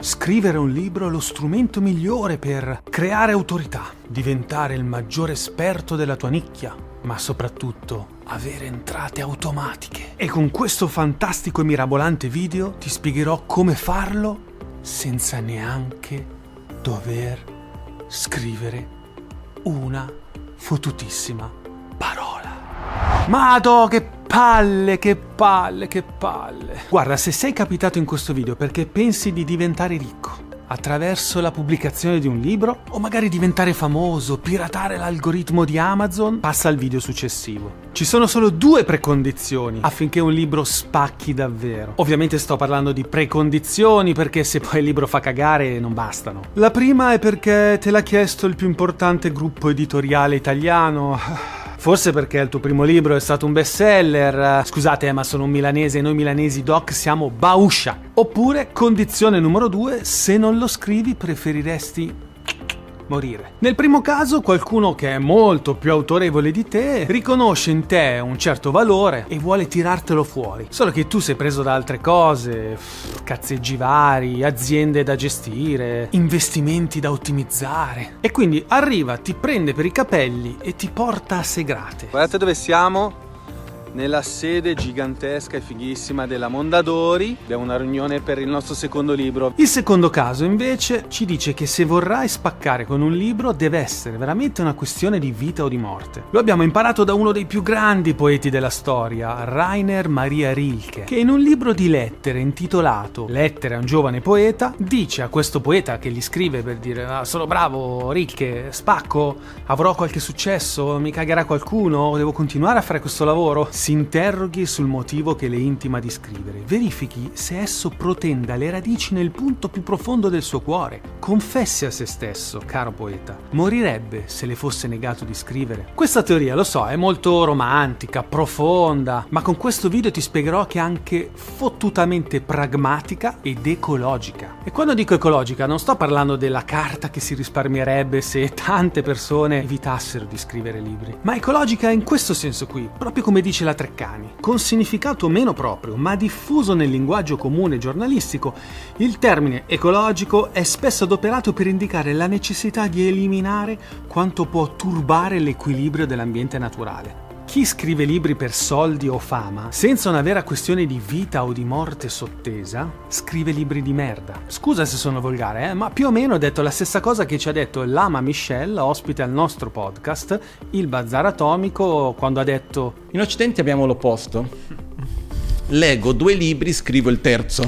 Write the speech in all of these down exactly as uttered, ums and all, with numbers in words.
Scrivere un libro è lo strumento migliore per creare autorità, diventare il maggiore esperto della tua nicchia, ma soprattutto avere entrate automatiche. E con questo fantastico e mirabolante video ti spiegherò come farlo senza neanche dover scrivere una fottutissima parola. Madò, che palle, che palle, che palle. Guarda, se sei capitato in questo video perché pensi di diventare ricco attraverso la pubblicazione di un libro, o magari diventare famoso, piratare l'algoritmo di Amazon, passa al video successivo. Ci sono solo due precondizioni affinché un libro spacchi davvero. Ovviamente sto parlando di precondizioni perché se poi il libro fa cagare non bastano. La prima è perché te l'ha chiesto il più importante gruppo editoriale italiano. Forse perché il tuo primo libro è stato un bestseller. Scusate, ma sono un milanese e noi milanesi doc siamo bauscia. Oppure, condizione numero due, se non lo scrivi preferiresti morire. Nel primo caso, qualcuno che è molto più autorevole di te riconosce in te un certo valore e vuole tirartelo fuori. Solo che tu sei preso da altre cose, cazzeggi vari, aziende da gestire, investimenti da ottimizzare. E quindi arriva, ti prende per i capelli e ti porta a Segrate. Guardate dove siamo? Nella sede gigantesca e fighissima della Mondadori. Abbiamo una riunione per il nostro secondo libro. Il secondo caso invece ci dice che se vorrai spaccare con un libro deve essere veramente una questione di vita o di morte. Lo abbiamo imparato da uno dei più grandi poeti della storia, Rainer Maria Rilke, che in un libro di lettere intitolato Lettere a un giovane poeta dice a questo poeta che gli scrive per dire ah, sono bravo Rilke, spacco, avrò qualche successo, mi cagherà qualcuno, devo continuare a fare questo lavoro. Si interroghi sul motivo che le intima di scrivere, verifichi se esso protenda le radici nel punto più profondo del suo cuore, confessi a se stesso, caro poeta, morirebbe se le fosse negato di scrivere. Questa teoria, lo so, è molto romantica, profonda, ma con questo video ti spiegherò che è anche fottutamente pragmatica ed ecologica. E quando dico ecologica non sto parlando della carta che si risparmierebbe se tante persone evitassero di scrivere libri, ma ecologica in questo senso qui, proprio come dice la Treccani, con significato meno proprio, ma diffuso nel linguaggio comune giornalistico, il termine ecologico è spesso adoperato per indicare la necessità di eliminare quanto può turbare l'equilibrio dell'ambiente naturale. Chi scrive libri per soldi o fama, senza una vera questione di vita o di morte sottesa, scrive libri di merda. Scusa se sono volgare, eh, ma più o meno ho detto la stessa cosa che ci ha detto Lama Michelle, ospite al nostro podcast, Il Bazar Atomico, quando ha detto: in Occidente abbiamo l'opposto. Leggo due libri, scrivo il terzo.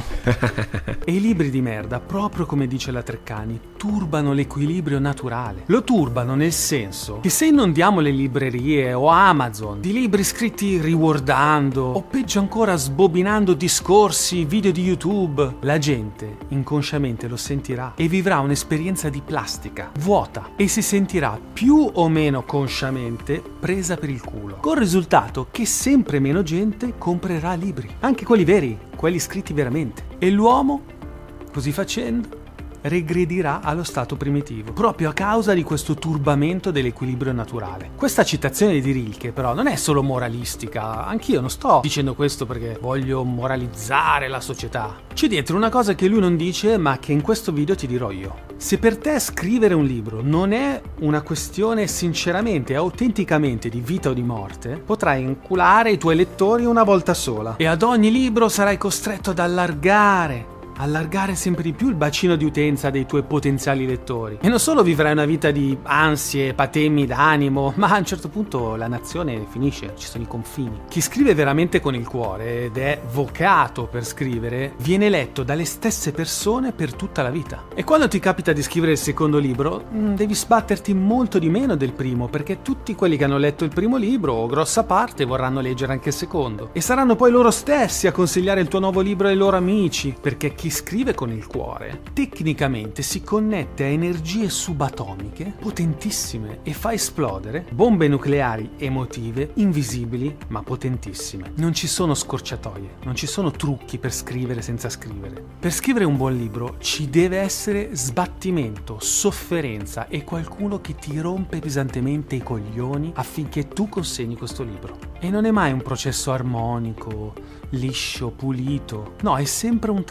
E i libri di merda, proprio come dice la Treccani, turbano l'equilibrio naturale. Lo turbano nel senso che se inondiamo le librerie o Amazon di libri scritti rewardando o peggio ancora sbobinando discorsi, video di YouTube, la gente inconsciamente lo sentirà e vivrà un'esperienza di plastica, vuota, e si sentirà più o meno consciamente presa per il culo. Col risultato che sempre meno gente comprerà libri. Anche quelli veri, quelli scritti veramente. E l'uomo, così facendo, regredirà allo stato primitivo, proprio a causa di questo turbamento dell'equilibrio naturale. Questa citazione di Rilke però non è solo moralistica, anch'io non sto dicendo questo perché voglio moralizzare la società. C'è dietro una cosa che lui non dice ma che in questo video ti dirò io. Se per te scrivere un libro non è una questione sinceramente e autenticamente di vita o di morte, potrai inculare i tuoi lettori una volta sola e ad ogni libro sarai costretto ad allargare allargare sempre di più il bacino di utenza dei tuoi potenziali lettori. E non solo vivrai una vita di ansie, patemi d'animo, ma a un certo punto la nazione finisce, ci sono i confini. Chi scrive veramente con il cuore ed è vocato per scrivere, viene letto dalle stesse persone per tutta la vita. E quando ti capita di scrivere il secondo libro, devi sbatterti molto di meno del primo, perché tutti quelli che hanno letto il primo libro, o grossa parte, vorranno leggere anche il secondo. E saranno poi loro stessi a consigliare il tuo nuovo libro ai loro amici, perché chi scrive con il cuore tecnicamente si connette a energie subatomiche potentissime e fa esplodere bombe nucleari emotive invisibili ma potentissime. Non ci sono scorciatoie, non ci sono trucchi per scrivere senza scrivere. Per scrivere un buon libro ci deve essere sbattimento, sofferenza e qualcuno che ti rompe pesantemente i coglioni affinché tu consegni questo libro. E non è mai un processo armonico, liscio, pulito. No, è sempre un travaglio.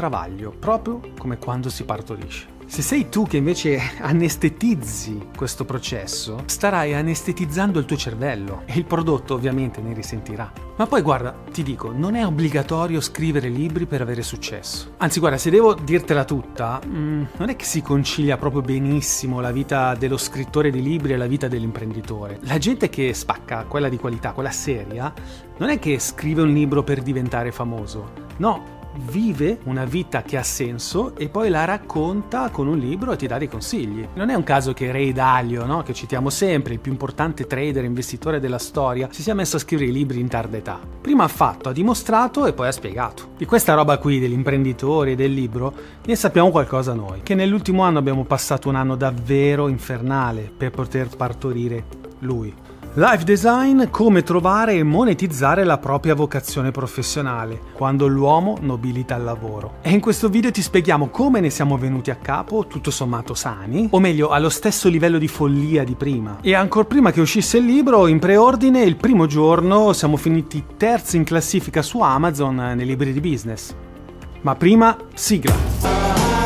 meglio, proprio come quando si partorisce. Se sei tu che invece anestetizzi questo processo, starai anestetizzando il tuo cervello e il prodotto ovviamente ne risentirà. Ma poi guarda, ti dico, non è obbligatorio scrivere libri per avere successo. Anzi guarda, se devo dirtela tutta, mh, non è che si concilia proprio benissimo la vita dello scrittore di libri e la vita dell'imprenditore. La gente che spacca, quella di qualità, quella seria, non è che scrive un libro per diventare famoso, no. Vive una vita che ha senso e poi la racconta con un libro e ti dà dei consigli. Non è un caso che Ray Dalio, no, che citiamo sempre, il più importante trader e investitore della storia, si sia messo a scrivere i libri in tarda età. Prima ha fatto, ha dimostrato e poi ha spiegato. Di questa roba qui dell'imprenditore e del libro ne sappiamo qualcosa noi, che nell'ultimo anno abbiamo passato un anno davvero infernale per poter partorire lui. Life Design, come trovare e monetizzare la propria vocazione professionale quando l'uomo nobilita il lavoro. E in questo video ti spieghiamo come ne siamo venuti a capo, tutto sommato sani, o meglio allo stesso livello di follia di prima. E ancora prima che uscisse il libro, in preordine, il primo giorno siamo finiti terzi in classifica su Amazon nei libri di business. Ma prima, sigla!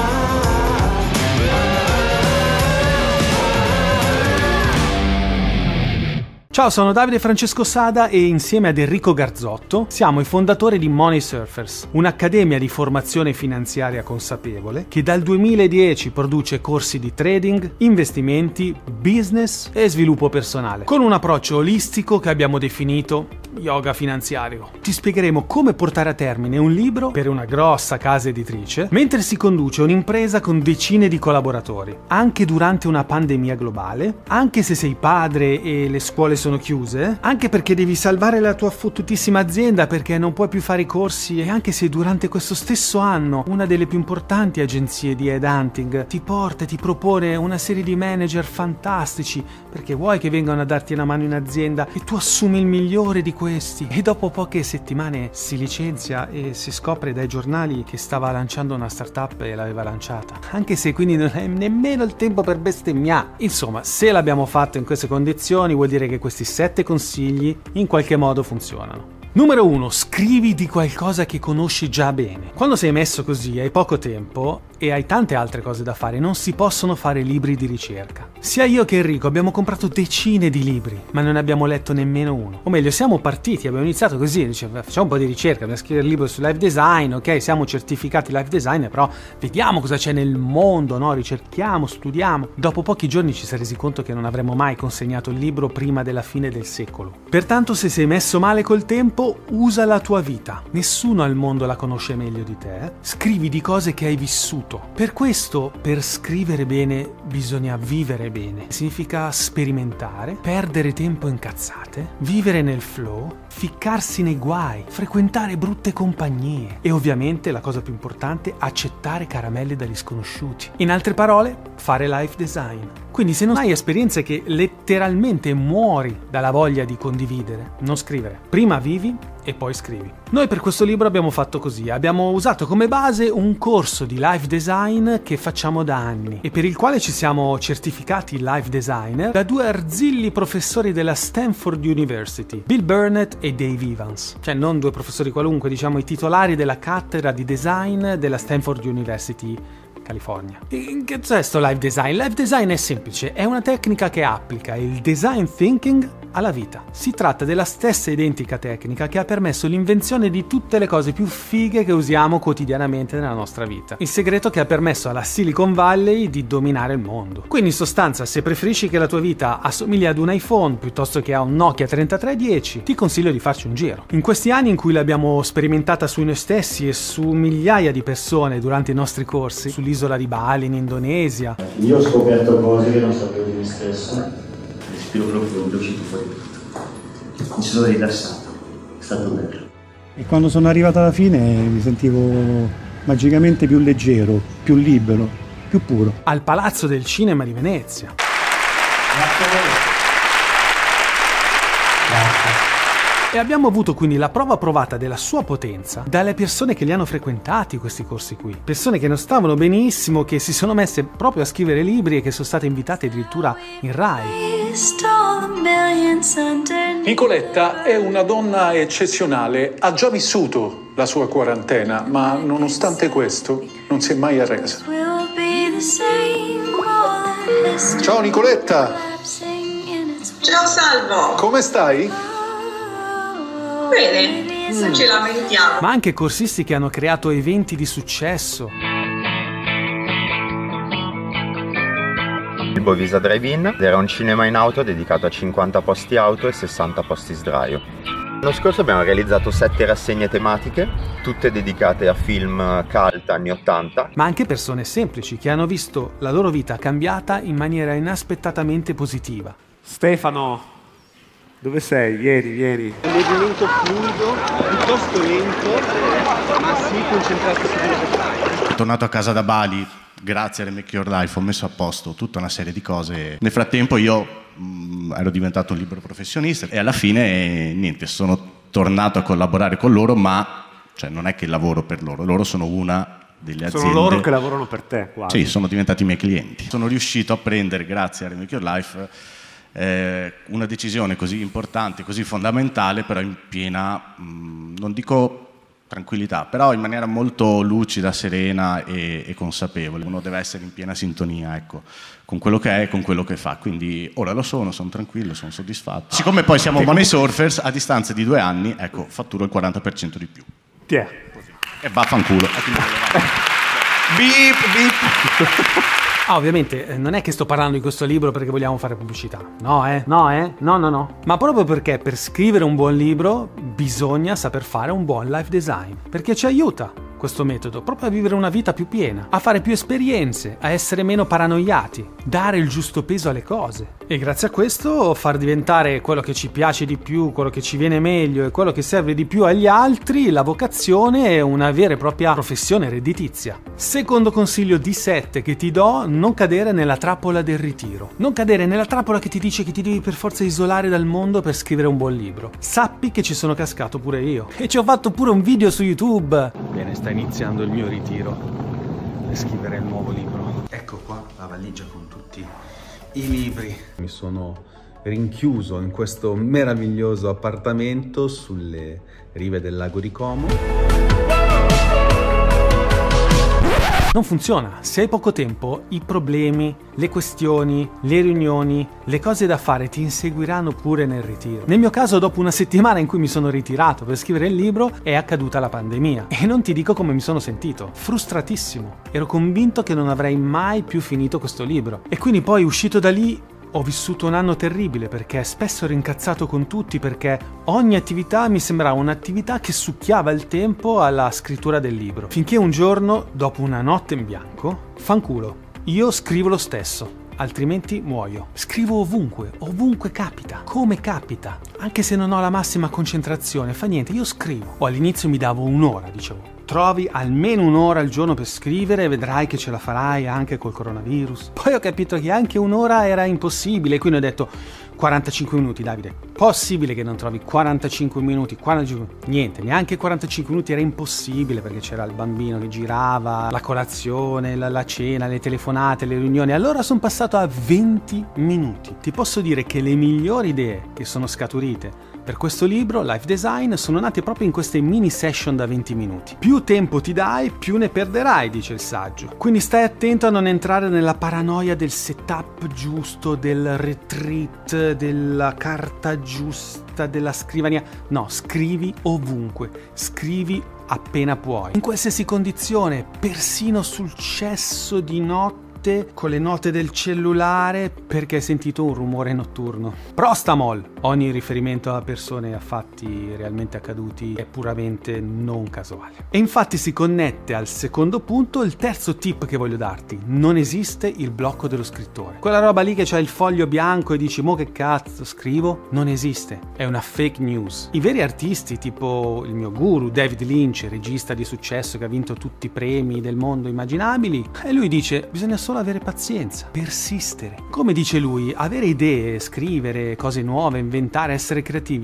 Ciao, sono Davide Francesco Sada e insieme ad Enrico Garzotto siamo i fondatori di Money Surfers, un'accademia di formazione finanziaria consapevole che dal duemiladieci produce corsi di trading, investimenti, business e sviluppo personale, con un approccio olistico che abbiamo definito yoga finanziario. Ti spiegheremo come portare a termine un libro per una grossa casa editrice mentre si conduce un'impresa con decine di collaboratori, anche durante una pandemia globale, anche se sei padre e le scuole sono chiuse, anche perché devi salvare la tua fottutissima azienda perché non puoi più fare i corsi, e anche se durante questo stesso anno una delle più importanti agenzie di headhunting ti porta e ti propone una serie di manager fantastici perché vuoi che vengano a darti una mano in azienda e tu assumi il migliore di questi e dopo poche settimane si licenzia e si scopre dai giornali che stava lanciando una startup e l'aveva lanciata, anche se quindi non hai nemmeno il tempo per bestemmiare. Insomma, se l'abbiamo fatto in queste condizioni vuol dire che questi sette consigli in qualche modo funzionano. Numero uno, scrivi di qualcosa che conosci già bene. Quando sei messo così, hai poco tempo e hai tante altre cose da fare, non si possono fare libri di ricerca. Sia io che Enrico abbiamo comprato decine di libri, ma non ne abbiamo letto nemmeno uno. O meglio, siamo partiti, abbiamo iniziato così, dice, facciamo un po' di ricerca, dobbiamo scrivere il libro su life design, ok, siamo certificati life designer, però vediamo cosa c'è nel mondo, no? Ricerchiamo, studiamo. Dopo pochi giorni ci si è resi conto che non avremmo mai consegnato il libro prima della fine del secolo. Pertanto, se sei messo male col tempo, usa la tua vita. Nessuno al mondo la conosce meglio di te. Eh? Scrivi di cose che hai vissuto. Per questo, per scrivere bene, bisogna vivere bene. Significa sperimentare, perdere tempo in cazzate, vivere nel flow, ficcarsi nei guai, frequentare brutte compagnie e ovviamente, la cosa più importante, accettare caramelle dagli sconosciuti. In altre parole, fare life design. Quindi se non hai esperienze che letteralmente muori dalla voglia di condividere, non scrivere. Prima vivi e poi scrivi. Noi per questo libro abbiamo fatto così, abbiamo usato come base un corso di life design che facciamo da anni e per il quale ci siamo certificati life designer da due arzilli professori della Stanford University, Bill Burnett e Dave Evans. Cioè non due professori qualunque, diciamo i titolari della cattedra di design della Stanford University, California. E che cos'è sto life design? Life design è semplice, è una tecnica che applica il design thinking alla vita. Si tratta della stessa identica tecnica che ha permesso l'invenzione di tutte le cose più fighe che usiamo quotidianamente nella nostra vita. Il segreto che ha permesso alla Silicon Valley di dominare il mondo. Quindi in sostanza, se preferisci che la tua vita assomigli ad un iPhone piuttosto che a un Nokia trentatré dieci, ti consiglio di farci un giro. In questi anni in cui l'abbiamo sperimentata su noi stessi e su migliaia di persone durante i nostri corsi, sull'isola di Bali in Indonesia, io ho scoperto cose che non sapevo di me stesso. Respiro profondo, uscito fuori tutto. Mi sono rilassato, è stato bello. E quando sono arrivato alla fine mi sentivo magicamente più leggero, più libero, più puro. Al Palazzo del Cinema di Venezia. Grazie. E abbiamo avuto quindi la prova provata della sua potenza dalle persone che li hanno frequentati questi corsi qui. Persone che non stavano benissimo, che si sono messe proprio a scrivere libri e che sono state invitate addirittura in Rai. Nicoletta è una donna eccezionale, ha già vissuto la sua quarantena, ma nonostante questo non si è mai arresa. Ciao Nicoletta! Ciao Salvo! Come stai? Bene, non ci lamentiamo. Ma anche corsisti che hanno creato eventi di successo. Il Bovisa Drive-In era un cinema in auto dedicato a cinquanta posti auto e sessanta posti sdraio. L'anno scorso abbiamo realizzato sette rassegne tematiche, tutte dedicate a film cult anni ottanta. Ma anche persone semplici che hanno visto la loro vita cambiata in maniera inaspettatamente positiva. Stefano, dove sei? Vieni, vieni. Un movimento fluido, piuttosto lento, ma sì concentrato su quello che fai. Tornato a casa da Bali, grazie a Remake Your Life ho messo a posto tutta una serie di cose. Nel frattempo io mh, ero diventato un libero professionista e alla fine niente, sono tornato a collaborare con loro, ma cioè, non è che lavoro per loro, loro sono una delle aziende. Sono loro che lavorano per te, quasi. Sì, sono diventati i miei clienti. Sono riuscito a prendere, grazie a Remake Your Life, eh, una decisione così importante, così fondamentale, però in piena, mh, non dico tranquillità, però in maniera molto lucida, serena e, e consapevole. Uno deve essere in piena sintonia, ecco, con quello che è e con quello che fa. Quindi ora lo sono, sono tranquillo, sono soddisfatto. Siccome poi siamo Money Surfers, a distanza di due anni, ecco, fatturo il quaranta per cento di più. Ti è. E vaffanculo. Beep, beep. Ah, ovviamente eh, non è che sto parlando di questo libro perché vogliamo fare pubblicità. No, eh? No, eh? No, no, no. Ma proprio perché per scrivere un buon libro bisogna saper fare un buon life design. Perché ci aiuta questo metodo proprio a vivere una vita più piena, a fare più esperienze, a essere meno paranoiati, dare il giusto peso alle cose. E grazie a questo far diventare quello che ci piace di più, quello che ci viene meglio e quello che serve di più agli altri, la vocazione è una vera e propria professione redditizia. Secondo consiglio di sette che ti do: non cadere nella trappola del ritiro. Non cadere nella trappola che ti dice che ti devi per forza isolare dal mondo per scrivere un buon libro. Sappi che ci sono cascato pure io. E ci ho fatto pure un video su YouTube. Bene, sta iniziando il mio ritiro per scrivere il nuovo libro. Ecco qua la valigia con tutti i libri. Mi sono rinchiuso in questo meraviglioso appartamento sulle rive del lago di Como. Non funziona. Se hai poco tempo, i problemi, le questioni, le riunioni, le cose da fare ti inseguiranno pure nel ritiro. Nel mio caso, dopo una settimana in cui mi sono ritirato per scrivere il libro, è accaduta la pandemia. E non ti dico come mi sono sentito. Frustratissimo. Ero convinto che non avrei mai più finito questo libro. E quindi poi, uscito da lì, ho vissuto un anno terribile perché spesso ero incazzato con tutti perché ogni attività mi sembrava un'attività che succhiava il tempo alla scrittura del libro. Finché un giorno, dopo una notte in bianco, fanculo, io scrivo lo stesso, altrimenti muoio. Scrivo ovunque, ovunque capita, come capita. Anche se non ho la massima concentrazione, fa niente, io scrivo. O all'inizio mi davo un'ora, dicevo. Trovi almeno un'ora al giorno per scrivere e vedrai che ce la farai anche col coronavirus. Poi ho capito che anche un'ora era impossibile, quindi ho detto quarantacinque minuti, Davide. Possibile che non trovi quarantacinque minuti? quarantacinque... Niente, neanche quarantacinque minuti era impossibile perché c'era il bambino che girava, la colazione, la, la cena, le telefonate, le riunioni. Allora sono passato a venti minuti. Ti posso dire che le migliori idee che sono scaturite per questo libro, Life Design, sono nate proprio in queste mini session da venti minuti. Più tempo ti dai, più ne perderai, dice il saggio. Quindi stai attento a non entrare nella paranoia del setup giusto, del retreat, della carta giusta, della scrivania. No, scrivi ovunque, scrivi appena puoi. In qualsiasi condizione, persino sul cesso di notte, con le note del cellulare perché hai sentito un rumore notturno. Prostamol! Ogni riferimento a persone e a fatti realmente accaduti è puramente non casuale. E infatti si connette al secondo punto, il terzo tip che voglio darti. Non esiste il blocco dello scrittore. Quella roba lì che c'ha il foglio bianco e dici mo che cazzo scrivo? Non esiste. È una fake news. I veri artisti, tipo il mio guru David Lynch, regista di successo che ha vinto tutti i premi del mondo immaginabili, e lui dice bisogna solo avere pazienza, persistere. Come dice lui, avere idee, scrivere cose nuove, inventare, essere creativi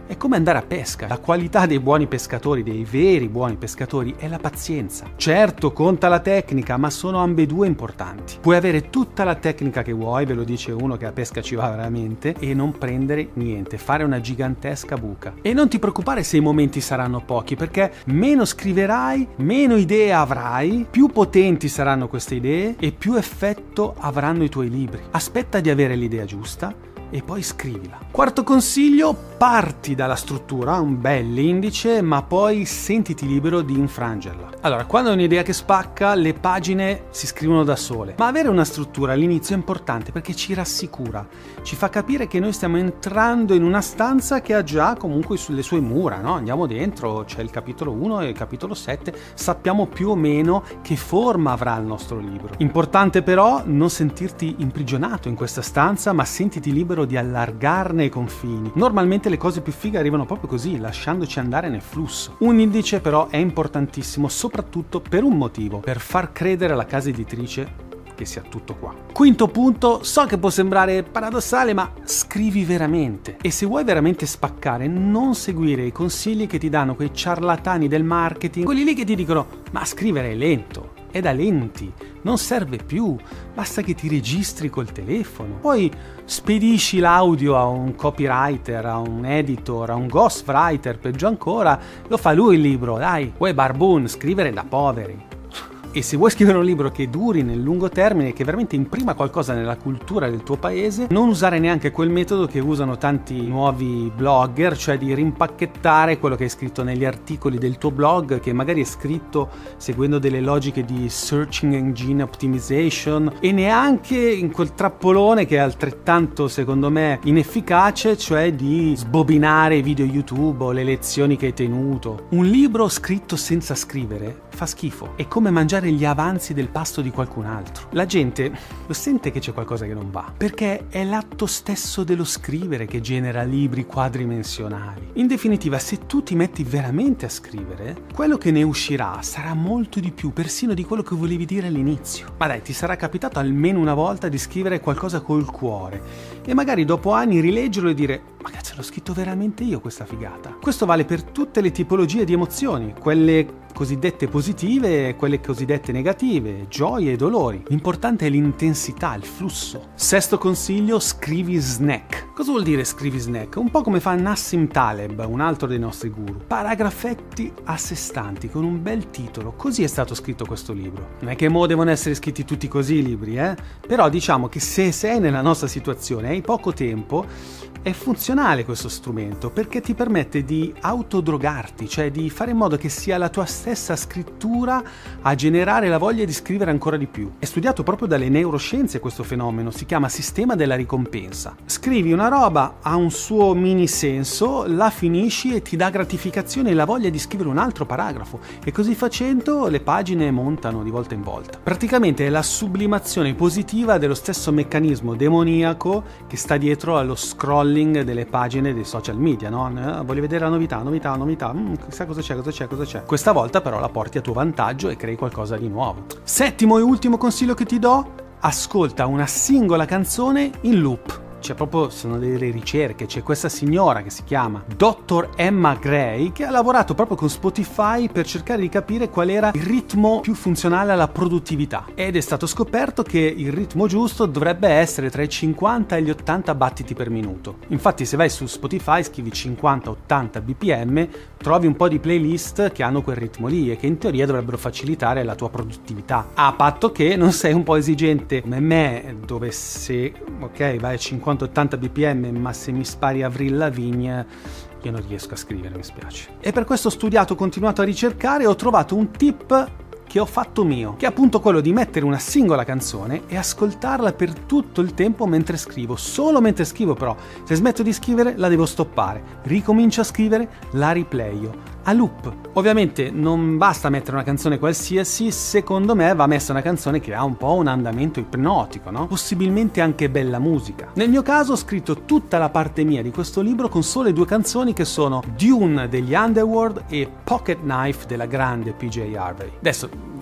È come andare a pesca. La qualità dei buoni pescatori, dei veri buoni pescatori, è la pazienza. Certo, conta la tecnica, ma sono ambedue importanti. Puoi avere tutta la tecnica che vuoi, ve lo dice uno che a pesca ci va veramente, e non prendere niente, fare una gigantesca buca. E non ti preoccupare se i momenti saranno pochi, perché meno scriverai, meno idee avrai, più potenti saranno queste idee e più effetto avranno i tuoi libri. Aspetta di avere l'idea giusta e poi scrivila. Quarto consiglio, parti dalla struttura, un bel indice, ma poi sentiti libero di infrangerla. Allora, quando hai un'idea che spacca, le pagine si scrivono da sole, ma avere una struttura all'inizio è importante perché ci rassicura, ci fa capire che noi stiamo entrando in una stanza che ha già comunque sulle sue mura, no? Andiamo dentro, c'è il capitolo uno e il capitolo sette, sappiamo più o meno che forma avrà il nostro libro. Importante però non sentirti imprigionato in questa stanza, ma sentiti libero di allargarne i confini. Normalmente le cose più fighe arrivano proprio così, lasciandoci andare nel flusso. Un indice però è importantissimo, soprattutto per un motivo: per far credere alla casa editrice che sia tutto qua. Quinto punto, so che può sembrare paradossale, ma scrivi veramente. E se vuoi veramente spaccare, non seguire i consigli che ti danno quei ciarlatani del marketing, quelli lì che ti dicono ma scrivere è lento, è da lenti, non serve più, basta che ti registri col telefono, poi spedisci l'audio a un copywriter, a un editor, a un ghostwriter, peggio ancora, lo fa lui il libro, dai, uè barbun, scrivere da poveri. E se vuoi scrivere un libro che duri nel lungo termine, che veramente imprima qualcosa nella cultura del tuo paese, non usare neanche quel metodo che usano tanti nuovi blogger, cioè di rimpacchettare quello che hai scritto negli articoli del tuo blog, che magari è scritto seguendo delle logiche di searching engine optimization, e neanche in quel trappolone che è altrettanto, secondo me, inefficace, cioè di sbobinare i video YouTube o le lezioni che hai tenuto. Un libro scritto senza scrivere fa schifo, è come mangiare gli avanzi del pasto di qualcun altro. La gente lo sente che c'è qualcosa che non va, perché è l'atto stesso dello scrivere che genera libri quadridimensionali. In definitiva, se tu ti metti veramente a scrivere, quello che ne uscirà sarà molto di più, persino di quello che volevi dire all'inizio. Ma dai, ti sarà capitato almeno una volta di scrivere qualcosa col cuore e magari dopo anni rileggerlo e dire ma cazzo, l'ho scritto veramente io questa figata. Questo vale per tutte le tipologie di emozioni, quelle cosiddette positive e quelle cosiddette negative, gioie e dolori. L'importante è l'intensità, il flusso. Sesto consiglio, scrivi snack. Cosa vuol dire scrivi snack? Un po' come fa Nassim Taleb, un altro dei nostri guru. Paragrafetti a sé stanti con un bel titolo. Così è stato scritto questo libro. Non è che mo devono essere scritti tutti così i libri, eh? Però diciamo che se sei nella nostra situazione, hai poco tempo, è funzionale questo strumento perché ti permette di autodrogarti, cioè di fare in modo che sia la tua stessa scrittura a generare la voglia di scrivere ancora di più. È studiato proprio dalle neuroscienze questo fenomeno, si chiama sistema della ricompensa. Scrivi una roba, ha un suo mini senso, la finisci e ti dà gratificazione e la voglia di scrivere un altro paragrafo, e così facendo le pagine montano di volta in volta. Praticamente è la sublimazione positiva dello stesso meccanismo demoniaco che sta dietro allo scrolling delle pagine dei social media, no? Eh, voglio vedere la novità, novità, novità, mm, chissà cosa c'è, cosa c'è, cosa c'è. Questa volta però la porti a tuo vantaggio e crei qualcosa di nuovo. Settimo e ultimo consiglio che ti do: ascolta una singola canzone in loop. C'è proprio, sono delle ricerche, c'è questa signora che si chiama dottor Emma Gray che ha lavorato proprio con Spotify per cercare di capire qual era il ritmo più funzionale alla produttività, ed è stato scoperto che il ritmo giusto dovrebbe essere tra i cinquanta e gli ottanta battiti per minuto. Infatti se vai su Spotify scrivi cinquanta ottanta bpm, trovi un po' di playlist che hanno quel ritmo lì e che in teoria dovrebbero facilitare la tua produttività, a patto che non sei un po' esigente come me, dove se ok vai a cinquanta ottanta bpm ma se mi spari Avril Lavigne io non riesco a scrivere, mi spiace. E per questo ho studiato, ho continuato a ricercare e ho trovato un tip che ho fatto mio, che è appunto quello di mettere una singola canzone e ascoltarla per tutto il tempo mentre scrivo, solo mentre scrivo. Però se smetto di scrivere la devo stoppare, ricomincio a scrivere, la riplayo a loop. Ovviamente non basta mettere una canzone qualsiasi, secondo me va messa una canzone che ha un po' un andamento ipnotico, no? Possibilmente anche bella musica. Nel mio caso ho scritto tutta la parte mia di questo libro con sole due canzoni che sono Dune degli Underworld e Pocket Knife della grande P J Harvey. Adesso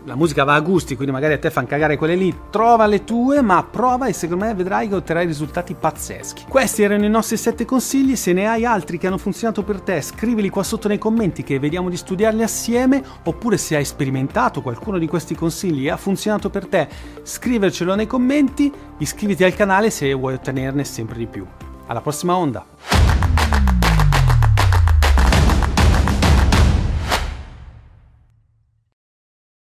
la musica va a gusti, quindi magari a te fanno cagare quelle lì, trova le tue, ma prova e secondo me vedrai che otterrai risultati pazzeschi. Questi erano i nostri sette consigli. Se ne hai altri che hanno funzionato per te, scrivili qua sotto nei commenti che vediamo di studiarli assieme, oppure se hai sperimentato qualcuno di questi consigli e ha funzionato per te, scrivercelo nei commenti, iscriviti al canale se vuoi ottenerne sempre di più. Alla prossima onda!